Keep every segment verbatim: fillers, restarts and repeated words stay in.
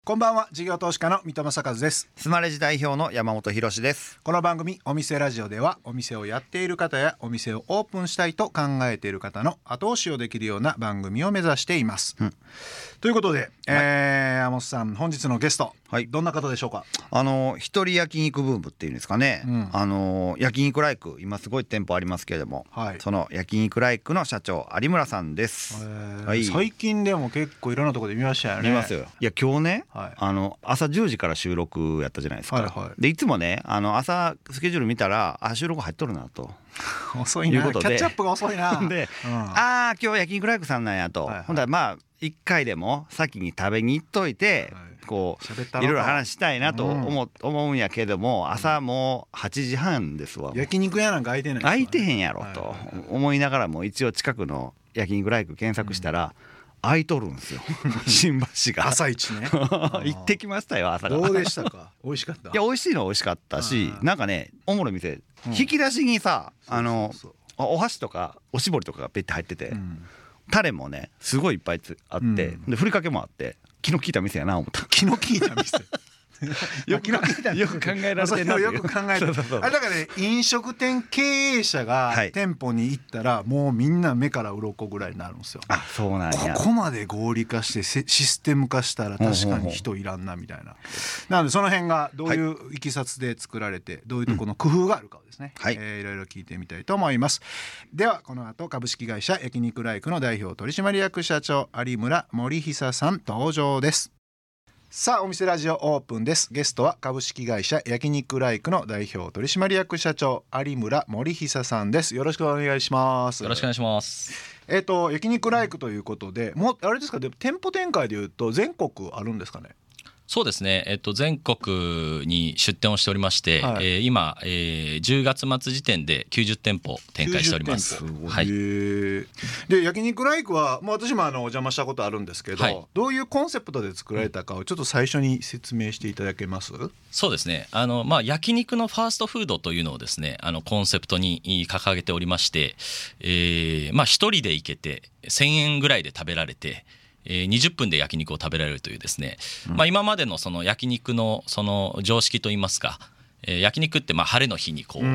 こんばんは、事業投資家の三戸正和です。 スマレジ代表の山本博です。 この番組お店ラジオでは、お店をやっている方やお店をオープンしたいと考えている方の後押しをできるような番組を目指しています、うん、ということで、はい、えー、山本さん、本日のゲスト、はい、どんな方でしょうか。 あの一人焼肉ブームっていうんですかね、うん、あの焼肉ライク、今すごい店舗ありますけれども、はい、その焼肉ライクの社長有村さんです、えーはい、最近でも結構いろんなところで見ましたよね。 見ますよ。いや今日ね、はい、あの朝じゅうじから収録やったじゃないですか、はいはい、でいつもね、あの朝スケジュール見たら、あ収録入っとるなと遅いな、いうことでキャッチアップが遅いなで、うん、ああ今日焼肉ライクさんなんやと、はいはい、ほんだらまあいっかいでも先に食べに行っといて、はい、こういろいろ話したいなと 思,、うん、思うんやけども、朝もうはちじはんですわ。 焼肉屋なんか開いてないですか、 ね、開いてへんやろと思いながらも、一応近くの焼肉ライク検索したら、うん、開いとるんですよ新橋が朝一ね行ってきましたよ。朝がどうでしたか。美味しかった。 いや美味しいのは美味しかったし、なんかねおもろい店、うん、引き出しにさ、あのそうそうそう、お箸とかおしぼりとかがペッて入ってて、うん、タレもねすごいいっぱいあって、うん、でふりかけもあって、気の利いた店やな思った。 気の利いた店よく考えられてるな。 よく考えてる。あれだからね、飲食店経営者が店舗に行ったら、もうみんな目から鱗ぐらいになるんですよ。 あ、そうなんや。 ここまで合理化してシステム化したら確かに人いらんなみたいな。なのでその辺がどういういきさつで作られて、どういうところの工夫があるかをですね、はい、えー、いろいろ聞いてみたいと思います。ではこの後、株式会社焼肉ライクの代表取締役社長有村森久さん登場です。さあ、お店ラジオオープンです。ゲストは株式会社焼肉ライクの代表取締役社長有村森久さんです。よろしくお願いします。 よろしくお願いします。 えっと焼肉ライクということで、もうあれですか、で店舗展開でいうと全国あるんですかね。 そうですね、えっと、全国に出店をしておりまして、はい、えー、今、えー、じゅうがつ末時点できゅうじゅってんぽ展開しております。 はい、で焼肉ライクは、もう私もあのお邪魔したことあるんですけど、はい、どういうコンセプトで作られたかをちょっと最初に説明していただけます？ そうですね、あの、まあ、焼肉のファーストフードというのをですね、あのコンセプトに掲げておりまして、えーまあ、ひとりで行けてせんえんぐらいで食べられて、えー、にじゅっぷんで焼肉を食べられるというですね、うん、まあ、今までのその焼肉のその常識といいますか、えー、焼肉ってまあ晴れの日にこう、うん、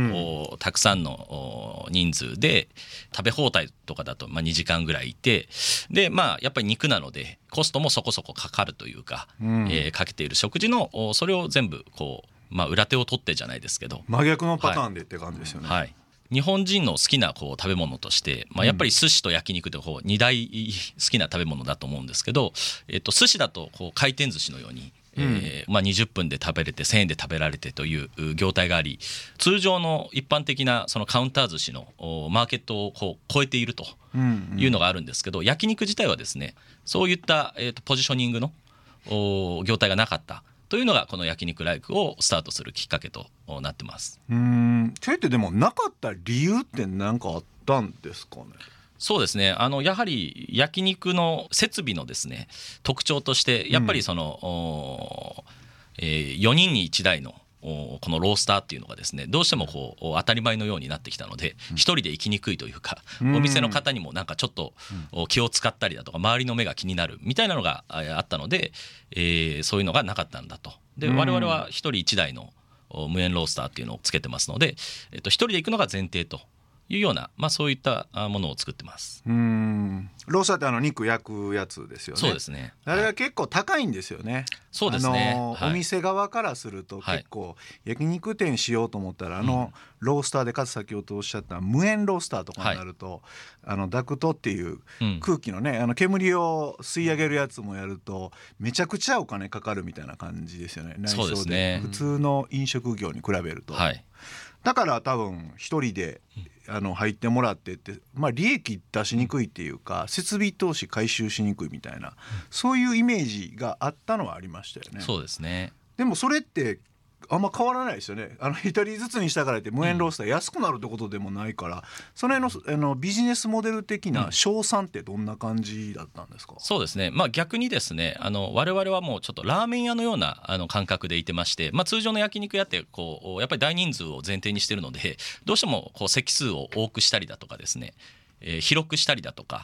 たくさんの人数で食べ放題とかだとまあにじかんぐらいいて、でまあやっぱり肉なのでコストもそこそこかかるというか、うん、えー、かけている食事のそれを全部こう、まあ、裏手を取ってじゃないですけど、 真逆のパターンでって感じですよね。 はい、はい、日本人の好きなこう食べ物として、まあ、やっぱり寿司と焼肉ってこうに大好きな食べ物だと思うんですけど、えっと、寿司だとこう回転寿司のように、うん、えーまあ、にじゅっぷんで食べれてせんえんで食べられてという業態があり、通常の一般的なそのカウンター寿司のマーケットをこう超えているというのがあるんですけど、焼肉自体はですね、そういった、えーと、ポジショニングの業態がなかったというのがこの焼肉ライクをスタートするきっかけとなってます。 うーん、それってでもなかった理由って何かあったんですかね。 そうですね、あのやはり焼肉の設備のですね特徴としてやっぱりその、うん、えー、よにんにいちだいのこのロースターっていうのがですね、どうしてもこう当たり前のようになってきたので、一人で行きにくいというか、お店の方にもなんかちょっと気を使ったりだとか、周りの目が気になるみたいなのがあったので、えー、そういうのがなかったんだと。で我々は一人一台の無煙ロースターっていうのをつけてますので、えっと、一人で行くのが前提というような、まあ、そういったものを作ってます。 うーん、ロースターってあの肉焼くやつですよね。 そうですね、 あれは結構高いんですよね。 そうですね、 あの、はい、お店側からすると結構焼肉店しようと思ったら、あのロースターで、かつ先ほどおっしゃった無煙ロースターとかになると、はい、あのダクトっていう空気のね、あの煙を吸い上げるやつもやるとめちゃくちゃお金かかるみたいな感じですよね、内装で。そうですね、普通の飲食業に比べると、はい、だから多分一人であの入ってもらってって、まあ、利益出しにくいっていうか、設備投資回収しにくいみたいな、そういうイメージがあったのはありましたよね。 そうですね。 でもそれってあんま変わらないですよね。あのひとりずつにしたからって無煙ロースター安くなるってことでもないから、うん、その辺の、あのビジネスモデル的な勝算ってどんな感じだったんですか？ うん、そうですね、まあ、逆にですね、あの我々はもうちょっとラーメン屋のようなあの感覚でいてまして、まあ、通常の焼肉屋ってこうやっぱり大人数を前提にしているので、どうしてもこう席数を多くしたりだとかですね、えー、広くしたりだとか、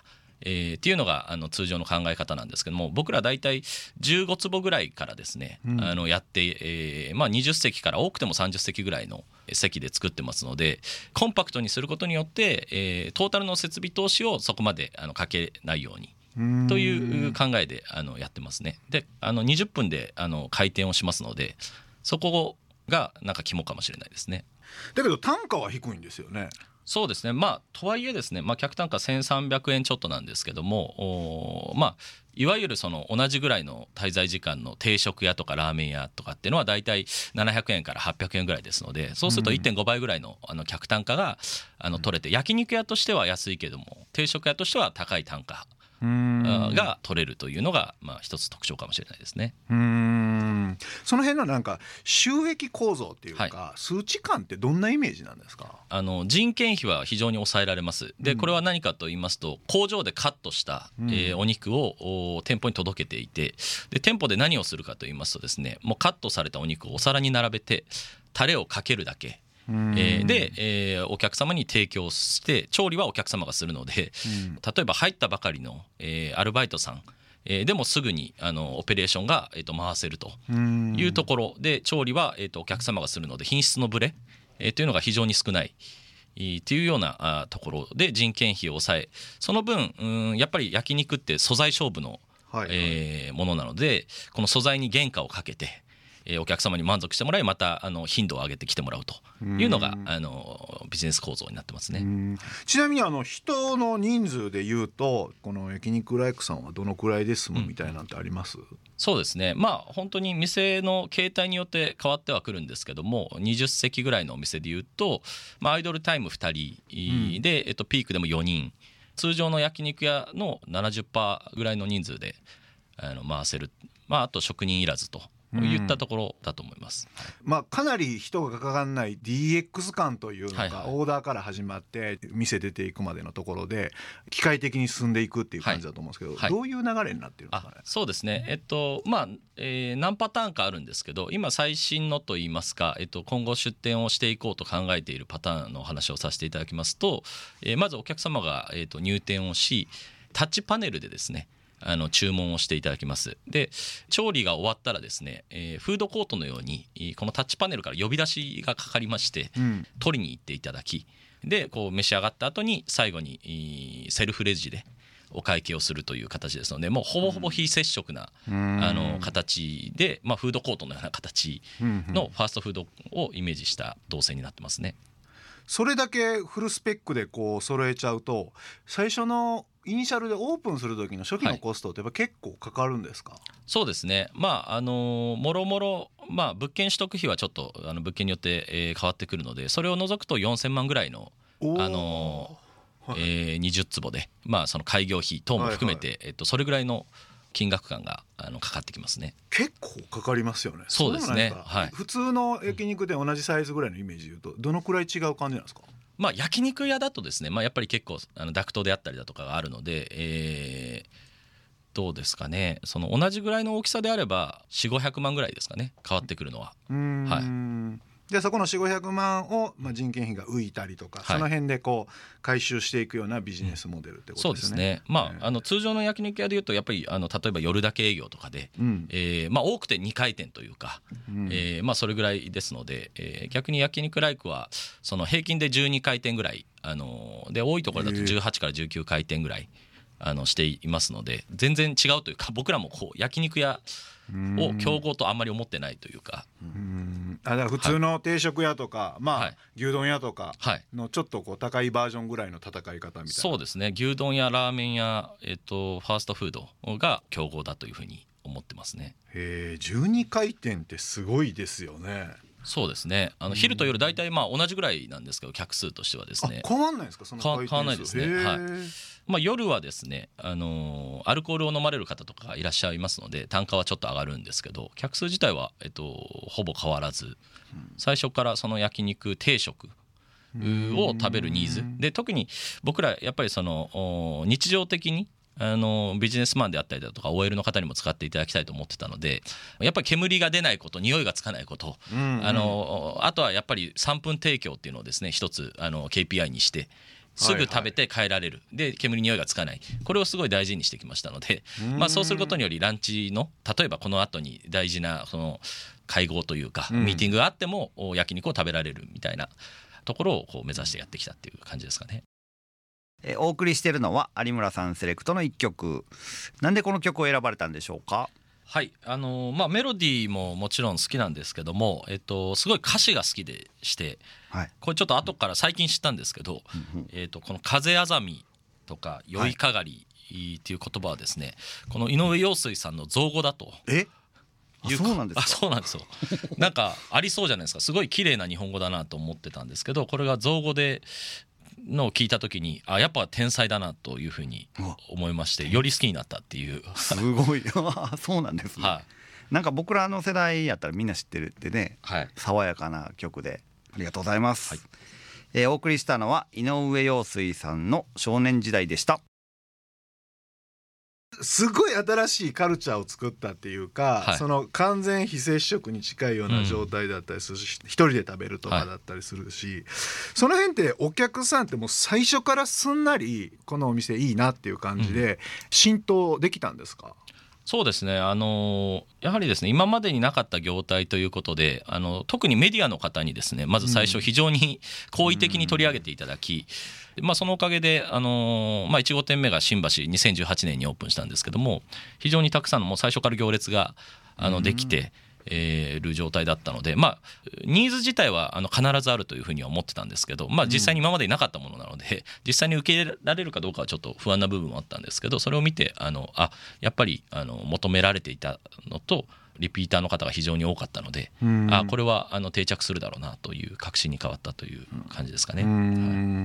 えー、っていうのがあの通常の考え方なんですけども、僕ら大体じゅうごつぼぐらいからですね、うん、あのやって、えーまあ、にじゅっせきから多くてもさんじゅっせきぐらいの席で作ってますので、コンパクトにすることによって、えー、トータルの設備投資をそこまであのかけないようにという考えであのやってますね。であのにじゅっぷんであの回転をしますので、そこがなんか肝かもしれないですね。 だけど単価は低いんですよね。 そうですね、まあ、とはいえですね、まあ、客単価せんさんびゃくえんちょっとなんですけども、まあ、いわゆるその同じぐらいの滞在時間の定食屋とかラーメン屋とかっていうのはだいたいななひゃくえんからはっぴゃくえんぐらいですので、そうするといってんごばいぐらいのあの客単価があの取れて、焼肉屋としては安いけども定食屋としては高い単価が取れるというのがまあ一つ特徴かもしれないですね。 うーん、その辺のなんか収益構造っていうか、はい、数値感ってどんなイメージなんですか？ あの人件費は非常に抑えられます。でこれは何かと言いますと、工場でカットした、うんえー、お肉を店舗に届けていて、で店舗で何をするかと言いますとですね、もうカットされたお肉をお皿に並べてタレをかけるだけえー、で、えー、お客様に提供して調理はお客様がするので、うん、例えば入ったばかりの、えー、アルバイトさん、えー、でもすぐにあのオペレーションが、えー、と回せるというところで、調理は、えー、とお客様がするので品質のブレ、えー、というのが非常に少ないというようなあところで人件費を抑え、その分うんやっぱり焼肉って素材勝負の、はいはいえー、ものなので、この素材に原価をかけてえー、お客様に満足してもらい、またあの頻度を上げてきてもらうというのがあのビジネス構造になってますね。 うん、ちなみにあの人の人数でいうとこの焼肉ライクさんはどのくらいで済むみたいなんてあります？うん、 そうですね、まあ本当に店の形態によって変わってはくるんですけども、にじゅっせきぐらいのお店でいうと、まあ、アイドルタイムふたりで、うんえっと、ピークでもよにん、通常の焼肉屋の ななじゅっパーセント ぐらいの人数であの回せる、まあ、あと職人いらずといったところだと思います。 うんまあ、かなり人がかかんない ディーエックス 感というのが、はいはい、オーダーから始まって店出ていくまでのところで機械的に進んでいくっていう感じだと思うんですけど、はいはい、どういう流れになっているんですかね？ あそうですね、えっとまあえー、何パターンかあるんですけど、今最新のといいますか、えっと、今後出店をしていこうと考えているパターンの話をさせていただきますと、えー、まずお客様が、えっと、入店をし、タッチパネルでですねあの注文をしていただきます。で調理が終わったらですね、えー、フードコートのようにこのタッチパネルから呼び出しがかかりまして、うん、取りに行っていただき、でこう召し上がった後に最後にセルフレジでお会計をするという形ですので、もうほぼほぼ非接触な、うん、あの形で、まあ、フードコートのような形のファーストフードをイメージした動線になってますね。 それだけフルスペックでこう揃えちゃうと、最初のイニシャルでオープンする時の初期のコストってやっぱ結構かかるんですか？はい、 そうですね、まああのもろもろ、まあ、物件取得費はちょっとあの物件によって、えー、変わってくるので、それを除くとよんせんまんぐらいの、あのーはいえー、にじゅっつぼで、まあ、その開業費等も含めて、はいはいえっと、それぐらいの金額感があのかかってきますね。 結構かかりますよね。 そうですね、はい、 普通の焼肉で同じサイズぐらいのイメージでいうとどのくらい違う感じなんですか？ まあ、焼肉屋だとですね、まあ、やっぱり結構あのダクトであったりだとかがあるので、えー、どうですかね、その同じぐらいの大きさであればよんひゃくごひゃくまんぐらいですかね、変わってくるのは。 うーん、はい、でそこのよんひゃくごひゃくまんを、まあ、人件費が浮いたりとか、はい、その辺でこう回収していくようなビジネスモデルってことですね。 そうですね、まあ、あの通常の焼肉屋でいうとやっぱりあの例えば夜だけ営業とかで、うんえーまあ、多くてにかいてんというか、うんえーまあ、それぐらいですので、えー、逆に焼肉ライクはその平均でじゅうにかいてんぐらい、あので多いところだとじゅうはちからじゅうきゅうかいてんぐらいあのしていますので、全然違うというか、僕らもこう焼肉屋を競合とあんまり思ってないというか、 うんあだから普通の定食屋とか、はいまあはい、牛丼屋とかのちょっとこう高いバージョンぐらいの戦い方みたいな。 そうですね、牛丼やラーメンや、えっと、ファーストフードが競合だというふうに思ってますね。 へえ、じゅうにかいてんってすごいですよね。 そうですね、あの昼と夜大体まあ同じぐらいなんですけど、客数としてはですね。 あ変わんないですか？その回転数変わんないですね、はいまあ、夜はですね、あのー、アルコールを飲まれる方とかがいらっしゃいますので単価はちょっと上がるんですけど、客数自体は、えっと、ほぼ変わらず、最初からその焼肉定食を食べるニーズで、特に僕らやっぱりその日常的にあのビジネスマンであったりだとか オーエル の方にも使っていただきたいと思ってたので、やっぱり煙が出ないこと、匂いがつかないこと、うんうん、あのあとはやっぱりさんぷん提供っていうのをですね一つあの ケーピーアイ にして、 すぐ食べて帰られる、はいはい、で煙に匂いがつかない、これをすごい大事にしてきましたので、まあ、そうすることによりランチの例えばこの後に大事なその会合というかミーティングがあっても焼肉を食べられるみたいなところをこう目指してやってきたっていう感じですかね。 えお送りしているのは有村さんセレクトのいっきょく。なんでこの曲を選ばれたんでしょうか？ はい、あのーまあ、メロディーももちろん好きなんですけども、えっと、すごい歌詞が好きでして、はい、これちょっと後から最近知ったんですけど、うんうん、えっと、この風あざみとか酔いかがりっていう言葉はですね、この井上陽水さんの造語だと。 えあそうなんですか？ あそうなんですよなんかありそうじゃないですか。すごい綺麗な日本語だなと思ってたんですけど、これが造語でのを聞いた時にあやっぱ天才だなというふうに思いまして、より好きになったっていうすごいそうなんですね、はい、なんか僕らの世代やったらみんな知ってるってね、はい、爽やかな曲でありがとうございます、はい。えー、お送りしたのは井上陽水さんの少年時代でした。 すごい新しいカルチャーを作ったっていうか、はい、その完全非接触に近いような状態だったりするし、うん、一人で食べるとかだったりするし、はい、その辺ってお客さんってもう最初からすんなりこのお店いいなっていう感じで浸透できたんですか？うん、 そうですね、あのやはりですね今までになかった業態ということで、あの特にメディアの方にですねまず最初非常に好意的に取り上げていただき、うん、まあ、そのおかげで、あのまあ、いち号店目が新橋にせんじゅうはちねんにオープンしたんですけども、非常にたくさんのもう最初から行列があのできて、えー、る状態だったので、まあ、ニーズ自体はあの必ずあるというふうには思ってたんですけど、まあ、実際に今までになかったものなので実際に受け入れられるかどうかはちょっと不安な部分もあったんですけど、それを見てあのあやっぱりあの求められていたのとリピーターの方が非常に多かったので、あこれはあの定着するだろうなという確信に変わったという感じですかね。うん、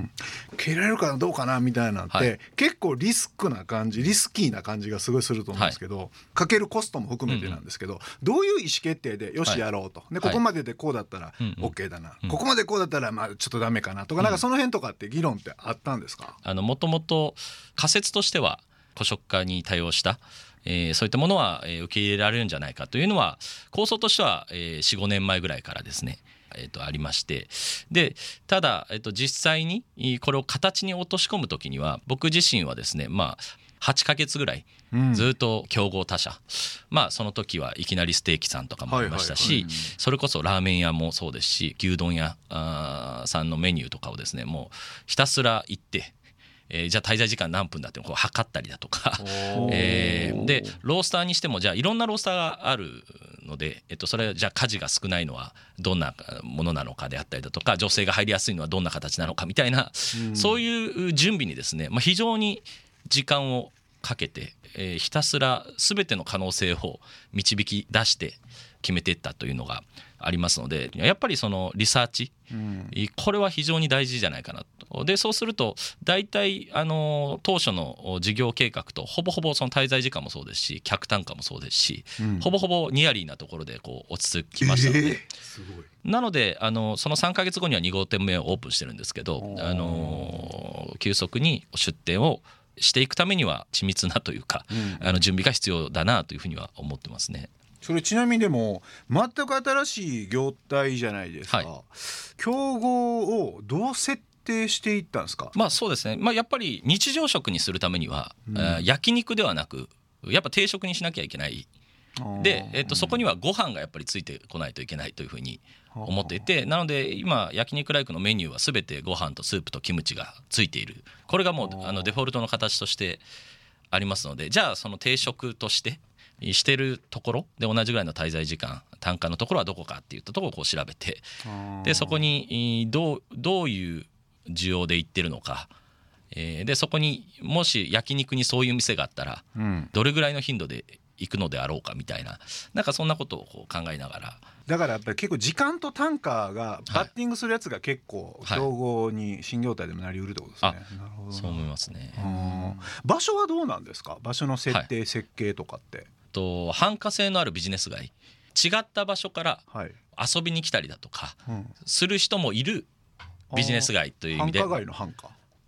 はい、受け入れられるかどうかなみたいなって、はい、結構リスクな感じリスキーな感じがすごいすると思うんですけど、はい、かけるコストも含めてなんですけど、うんうん、どういう意思決定でよしやろうと、でここまででこうだったら OK だな、はい、ここまでこうだったらまあちょっとダメかなとか、うん、なんかその辺とかって議論ってあったんですか？ あのもともと仮説としては個食化に対応したえー、そういったものは、えー、受け入れられるんじゃないかというのは構想としては、えー、よん、ごねんまえぐらいからですね、えー、とありまして、でただ、えー、と実際にこれを形に落とし込むときには僕自身はですね、まあ、はちかげつぐらいずっと競合他社、うん、まあその時はいきなりステーキさんとかもありましたし、はいはいはい、それこそラーメン屋もそうですし牛丼屋さんのメニューとかをですねもうひたすら行ってえー、じゃあ滞在時間何分だってこう測ったりだとか、えー、でロースターにしてもじゃあいろんなロースターがあるので、えっと、それじゃあ家事が少ないのはどんなものなのかであったりだとか、女性が入りやすいのはどんな形なのかみたいな、うん、そういう準備にですね、まあ、非常に時間をかけて、えー、ひたすら全ての可能性を導き出して決めていったというのがありますので、やっぱりそのリサーチ、うん、これは非常に大事じゃないかなと。でそうすると大体あの当初の事業計画とほぼほぼその滞在時間もそうですし客単価もそうですし、うん、ほぼほぼニアリーなところでこう落ち着きましたので、えー、すごいなのであのそのさんかげつごにはに号店目をオープンしてるんですけど、あの急速に出店をしていくためには緻密なというか、うん、あの準備が必要だなというふうには思ってますね。 それちなみにでも全く新しい業態じゃないですか、はい、競合をどう設定していったんですか？ まあそうですね、まあ、やっぱり日常食にするためには、うん、焼肉ではなくやっぱ定食にしなきゃいけないで、えっと、そこにはご飯がやっぱりついてこないといけないというふうに思っていて、なので今焼肉ライクのメニューは全てご飯とスープとキムチがついている、これがもうあのデフォルトの形としてありますので、じゃあその定食としてしてるところで同じぐらいの滞在時間単価のところはどこかっていったところをこう調べて、でそこにどう、どういう需要で行ってるのか、えー、でそこにもし焼肉にそういう店があったらどれぐらいの頻度で行くのであろうかみたいな、なんかそんなことをこう考えながら、 だからやっぱり結構時間と単価がバッティングするやつが結構競合に新業態でもなりうるってことですね、はい、 なるほど、そう思いますね。 場所はどうなんですか？場所の設定、はい、設計とかってと繁華性のあるビジネス街、違った場所から遊びに来たりだとかする人もいるビジネス街という意味で、 繁華街の繁華、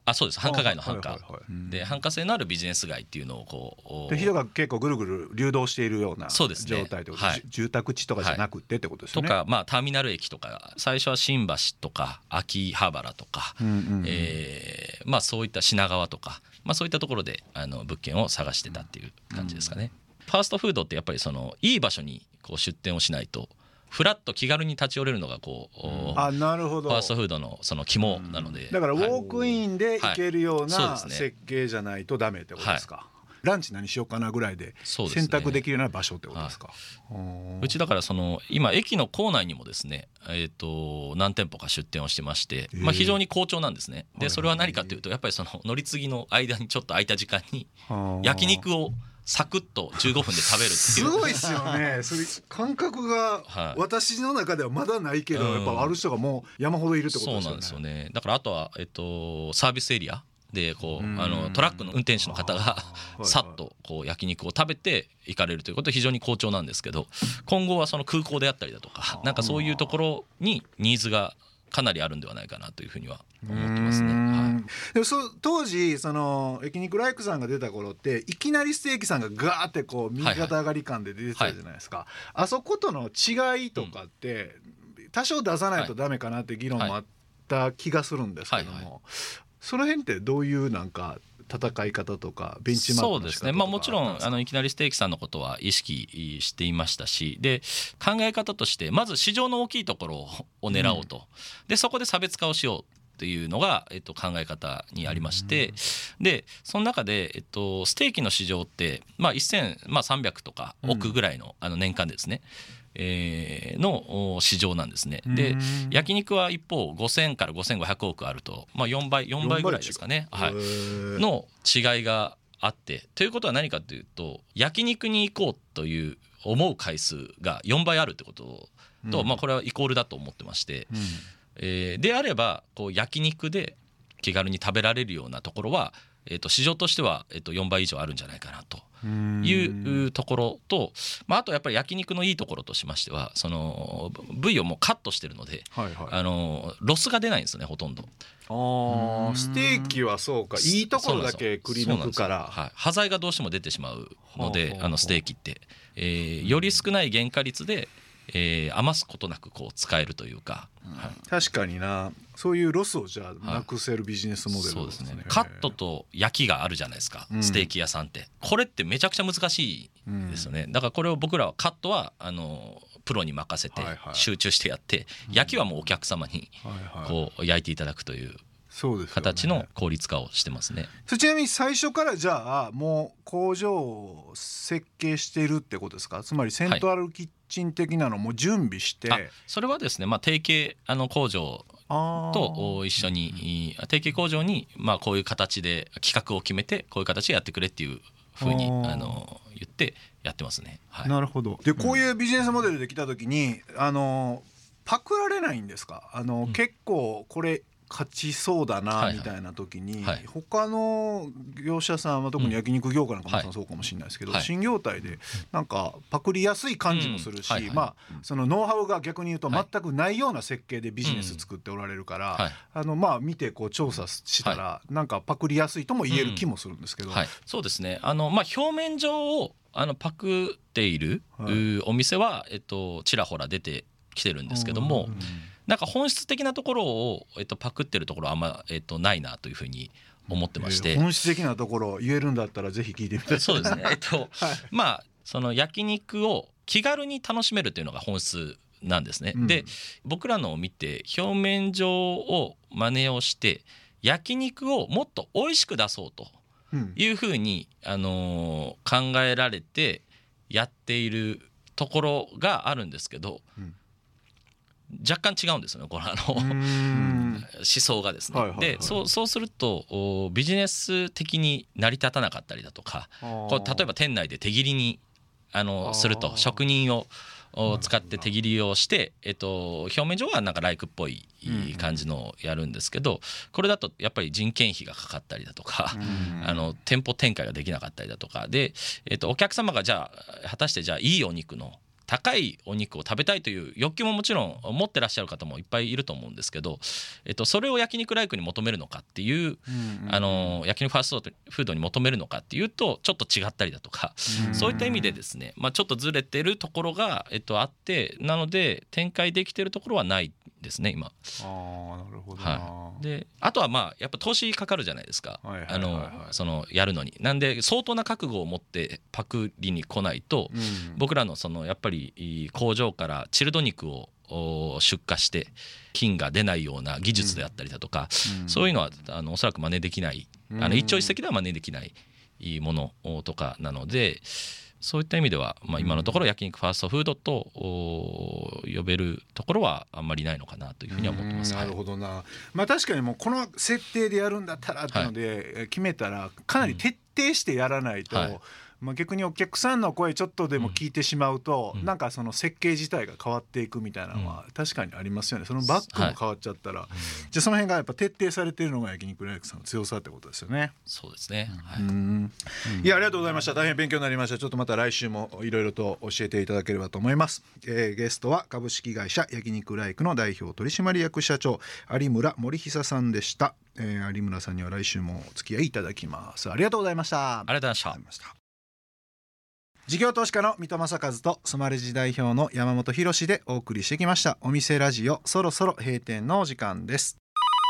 あそうです、繁華街の繁華で、繁華性のあるビジネス街っていうのをこうで人が結構ぐるぐる流動しているような状態と、 はい、 住宅地とかじゃなくてってことですよね。 とか、まあ、ターミナル駅とか最初は新橋とか秋葉原とか、うんうんうん、えーまあ、そういった品川とか、まあ、そういったところであの物件を探してたっていう感じですかね、うん、ファーストフードってやっぱりそのいい場所にこう出店をしないとフラッと気軽に立ち寄れるのがこう、うん、 あなるほどファーストフードのその肝なので、 うん、だからウォークインで行けるような設計じゃないとダメってことですか、はい、ランチ何しようかなぐらいで選択できるような場所ってことですか。 うですね、うちだからその今駅の構内にもですね、えー、と何店舗か出店をしてまして、まあ、非常に好調なんですね。でそれは何かというとやっぱりその乗り継ぎの間にちょっと空いた時間に焼肉をサクッとじゅうごふんで食べるっていうすごいですよね。それ感覚が私の中ではまだないけど、はい、やっぱある人がもう山ほどいるってことですよね。 そうなんですよね。だからあとは、えっと、サービスエリアでこうあのトラックの運転手の方がさっとこう焼肉を食べて行かれるということは非常に好調なんですけど、今後はその空港であったりだとかなんかそういうところにニーズがかなりあるんではないかなというふうには思ってますね。はい、 でもそ当時その焼肉ライクさんが出た頃っていきなりステーキさんがガーってこう右肩上がり感で出てたじゃないですか、はいはい、あそことの違いとかって多少出さないとダメかなって議論もあった気がするんですけども、はいはいはい、その辺ってどういうなんか戦い方とかベンチマークの仕方とか。そうですね、まあ、 もちろんあのいきなりステーキさんのことは意識していましたし、で考え方としてまず市場の大きいところを狙おうと、うん、でそこで差別化をしようというのが、えっと、考え方にありまして、うん、でその中で、えっと、ステーキの市場って、まあ、せんさんびゃくとか億ぐらいの、うん、あの年間ですね、えー、の市場なんですね。で焼肉は一方ごせんからごせんごひゃくおくあると、まあ、よんばいよんばいぐらいですかね、はい、の違いがあって、ということは何かというと焼肉に行こうという思う回数がよんばいあるってことと、うん、まあ、これはイコールだと思ってまして、うん、えー、であればこう焼肉で気軽に食べられるようなところは、えー、と市場としては、えー、とよんばい以上あるんじゃないかなというところと、まあ、あとやっぱり焼肉のいいところとしましてはその部位をもうカットしてるので、はいはい、あのロスが出ないんですよねほとんど。 あステーキはそうかいいところだけくり抜くから、 はい、端材がどうしても出てしまうので、あのステーキって、えー、より少ない原価率で、えー、余すことなくこう使えるというか、 はい、確かになそういうロスをじゃあなくせるビジネスモデルですね、はい、そうですね。 カットと焼きがあるじゃないですか、うん、ステーキ屋さんってこれってめちゃくちゃ難しいですよね、うん、だからこれを僕らはカットはあのプロに任せて集中してやって、はいはい、焼きはもうお客様にこう焼いていただくという形の効率化をしてますね。 そちなみに最初からじゃあもう工場を設計しているってことですか。つまりセントラルキッチン的なのも準備して、 はい、それはですね、まあ、提携あの工場と一緒に提携工場にまあこういう形で企画を決めてこういう形でやってくれっていうふうにあの言ってやってますね、はい、 なるほど。でこういうビジネスモデルで来た時にあのパクられないんですか。あの、うん、結構これ勝ちそうだなみたいな時に、はいはい、他の業者さんは特に焼肉業界なんかもそうかもしれないですけど、はい、新業態でなんかパクりやすい感じもするし、うんはいはい、まあそのノウハウが逆に言うと全くないような設計でビジネス作っておられるから、はい、あのまあ見てこう調査したらなんかパクりやすいとも言える気もするんですけど、うんはい、 そうですね。あのまあ表面上をあのパクっている、はい、お店はえっとちらほら出てきてるんですけども、うんなんか本質的なところを、えっと、パクってるところはあんま、えっと、ないなというふうに思ってまして、 えー、本質的なところ言えるんだったらぜひ聞いてみたい。 そうですね、えっとはい、まあその焼肉を気軽に楽しめるというのが本質なんですね、うん、で僕らのを見て表面上を真似をして焼肉をもっと美味しく出そうというふうに、うんあのー、考えられてやっているところがあるんですけど、うん若干違うんですよねこのあの思想がですね、はいはいはい、で そう、そうするとビジネス的に成り立たなかったりだとかこう例えば店内で手切りにあのすると職人を使って手切りをして、えっと、表面上はなんかライクっぽい感じのをやるんですけどこれだとやっぱり人件費がかかったりだとかあの店舗展開ができなかったりだとかで、えっと、お客様がじゃあ果たしてじゃあいいお肉の高いお肉を食べたいという欲求ももちろん持ってらっしゃる方もいっぱいいると思うんですけど、えっと、それを焼肉ライクに求めるのかっていう、うんうん、あの焼肉ファーストフードに求めるのかっていうとちょっと違ったりだとか、うん、そういった意味でですね、まあ、ちょっとずれてるところが、えっと、あって、なので展開できてるところはないですね今。 あーなるほどな、 はい、であとはまあやっぱ投資かかるじゃないですか、あのそのやるのに。なんで相当な覚悟を持ってパクリに来ないと、うん、僕らのそのやっぱり工場からチルド肉を出荷して菌が出ないような技術であったりだとか、うん、そういうのはあのおそらく真似できない、うん、あの一朝一夕では真似できないものとかなので、そういった意味では、まあ、今のところ焼肉ファーストフードと呼べるところはあんまりないのかなというふうには思ってます。 なるほどな、はい、まあ、確かにもうこの設定でやるんだったらっていうので決めたらかなり徹底してやらないと、うんはい、まあ、逆にお客さんの声ちょっとでも聞いてしまうと、うん、なんかその設計自体が変わっていくみたいなのは確かにありますよね。そのバッグも変わっちゃったら、はい、じゃあその辺がやっぱ徹底されているのが焼肉ライクさんの強さってことですよね。 そうですね、はい、 うん、いやありがとうございました。大変勉強になりました。ちょっとまた来週もいろいろと教えていただければと思います。えー、ゲストは株式会社焼肉ライクの代表取締役社長有村森久さんでした。えー、有村さんには来週もお付き合いいただきます。ありがとうございました。 ありがとうございました。 事業投資家の三戸正和とスマレジ代表の山本博でお送りしてきましたお店ラジオ、そろそろ閉店のお時間です。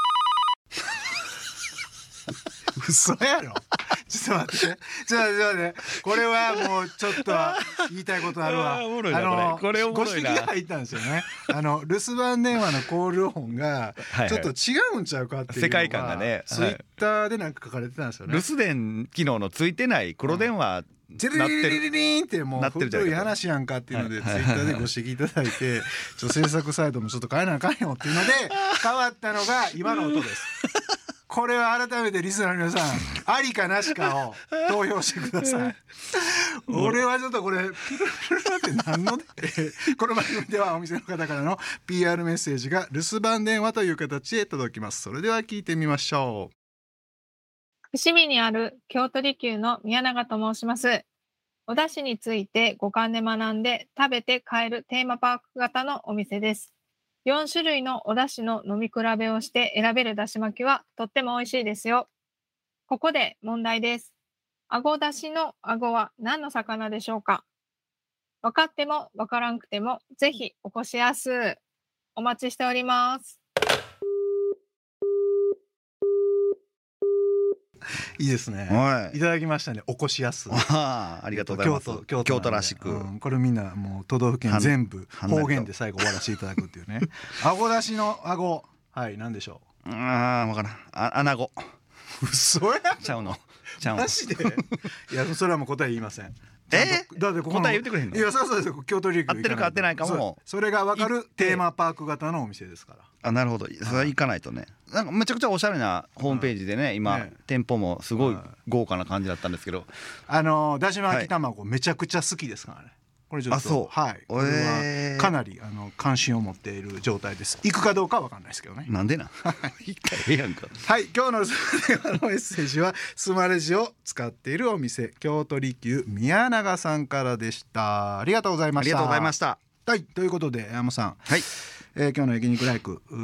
嘘やろ。ちょっと待って、ちょっと待って、これはもうちょっと言いたいことあるわ。あのご指摘が入ったんですよね。あの留守番電話のコール音がちょっと違うんちゃうかっていうのが世界観がね、 ツイッターでなんか書かれてたんですよね。 留守電機能のついてない黒電話、 うん、ジェリリリリリンってもう古い話やんかっていうのでツイッターでご指摘いただいて、ちょ制作サイトもちょっと変えなあかんよっていうので変わったのが今の音です。これは改めてリスナーの皆さんありかなしかを投票してください。俺はちょっとこれピルピルって何のでこの番組ではお店の方からの ピーアール メッセージが留守番電話という形で届きます。それでは聞いてみましょう。 伏見にある京都利休の宮永と申します。お出汁について五感で学んで食べて買えるテーマパーク型のお店です。よん種類のお出汁の飲み比べをして選べるだし巻きはとっても美味しいですよ。ここで問題です。あごだしのあごは何の魚でしょうか？分かっても分からんくてもぜひお越しやす。お待ちしております。 いいですね。いただきましたね。おこしやす。 あ, ありがとうございます。京都、京都、京都らしく、 うん、これみんなもう都道府県全部方言で最後終わらせていただくっていうね。あごだしのあご、はい何でしょう。ああ分からん。あアナゴ。 嘘や。 ちゃうの。ちゃうの。 マジで。いやそれはもう答え言いません。 えー、だってここ答え言ってくれへんの？ いやそうそうです。京都利休合ってるか合ってないかもそ, それが分かるテーマパーク型のお店ですから。 あなるほど。それは行かないとね。なんかめちゃくちゃおしゃれなホームページでね、今、ね、店舗もすごい豪華な感じだったんですけど、 あのだし巻き卵めちゃくちゃ好きですからね。これちょっと、あそうはい、これはかなりあの関心を持っている状態です。行くかどうかは分かんないですけどね。 なんでな行ったらええやんか。 はい、今日のスマレジのメッセージはスマレジを使っているお店京都利休宮永さんからでした。ありがとうございました。 ありがとうございました。 はい、ということで山本さん、 はい、 えー、今日の焼肉ライク、うん、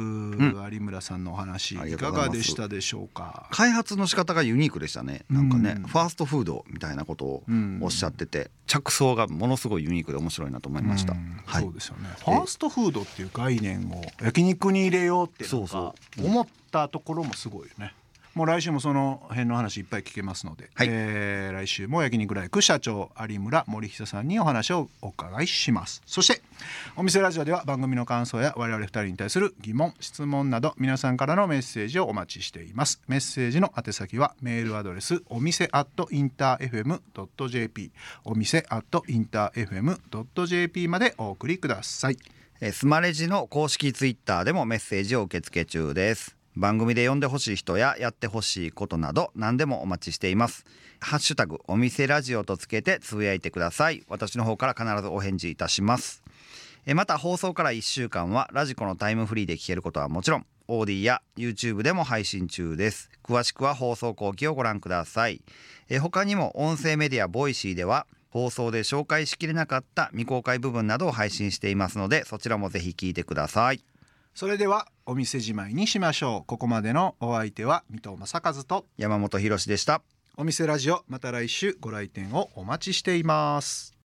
有村さんのお話いかがでしたでしょうか。 開発の仕方がユニークでしたね。なんかね、うん、ファーストフードみたいなことをおっしゃってて、うん、着想がものすごいユニークで面白いなと思いました。うん、 はい、そうですよね。ファーストフードっていう概念を焼肉に入れようってなんか思ったところもすごいよね。もう来週もその辺の話いっぱい聞けますので、はい、えー、来週も焼肉ライク社長有村森久さんにお話をお伺いします。そしてお店ラジオでは番組の感想や我々ふたりに対する疑問質問など皆さんからのメッセージをお待ちしています。メッセージの宛先はメールアドレスお店アットインターエフエムドットジェーピー お店アットインターエフエムドットジェーピー までお送りください。 スマレジの公式ツイッターでもメッセージを受け付け中です。番組で読んでほしい人ややってほしいことなど何でもお待ちしています。ハッシュタグお店ラジオとつけてつぶやいてください。私の方から必ずお返事いたします。えまた放送からいっしゅうかんはラジコのタイムフリーで聞けることはもちろん オーディー や YouTube でも配信中です。詳しくは放送後期をご覧ください。え他にも音声メディアボイシーでは放送で紹介しきれなかった未公開部分などを配信していますので、そちらもぜひ聞いてください。 それではお店じまいにしましょう。ここまでのお相手は水戸正和と山本博史でした。 お店ラジオ、また来週ご来店をお待ちしています。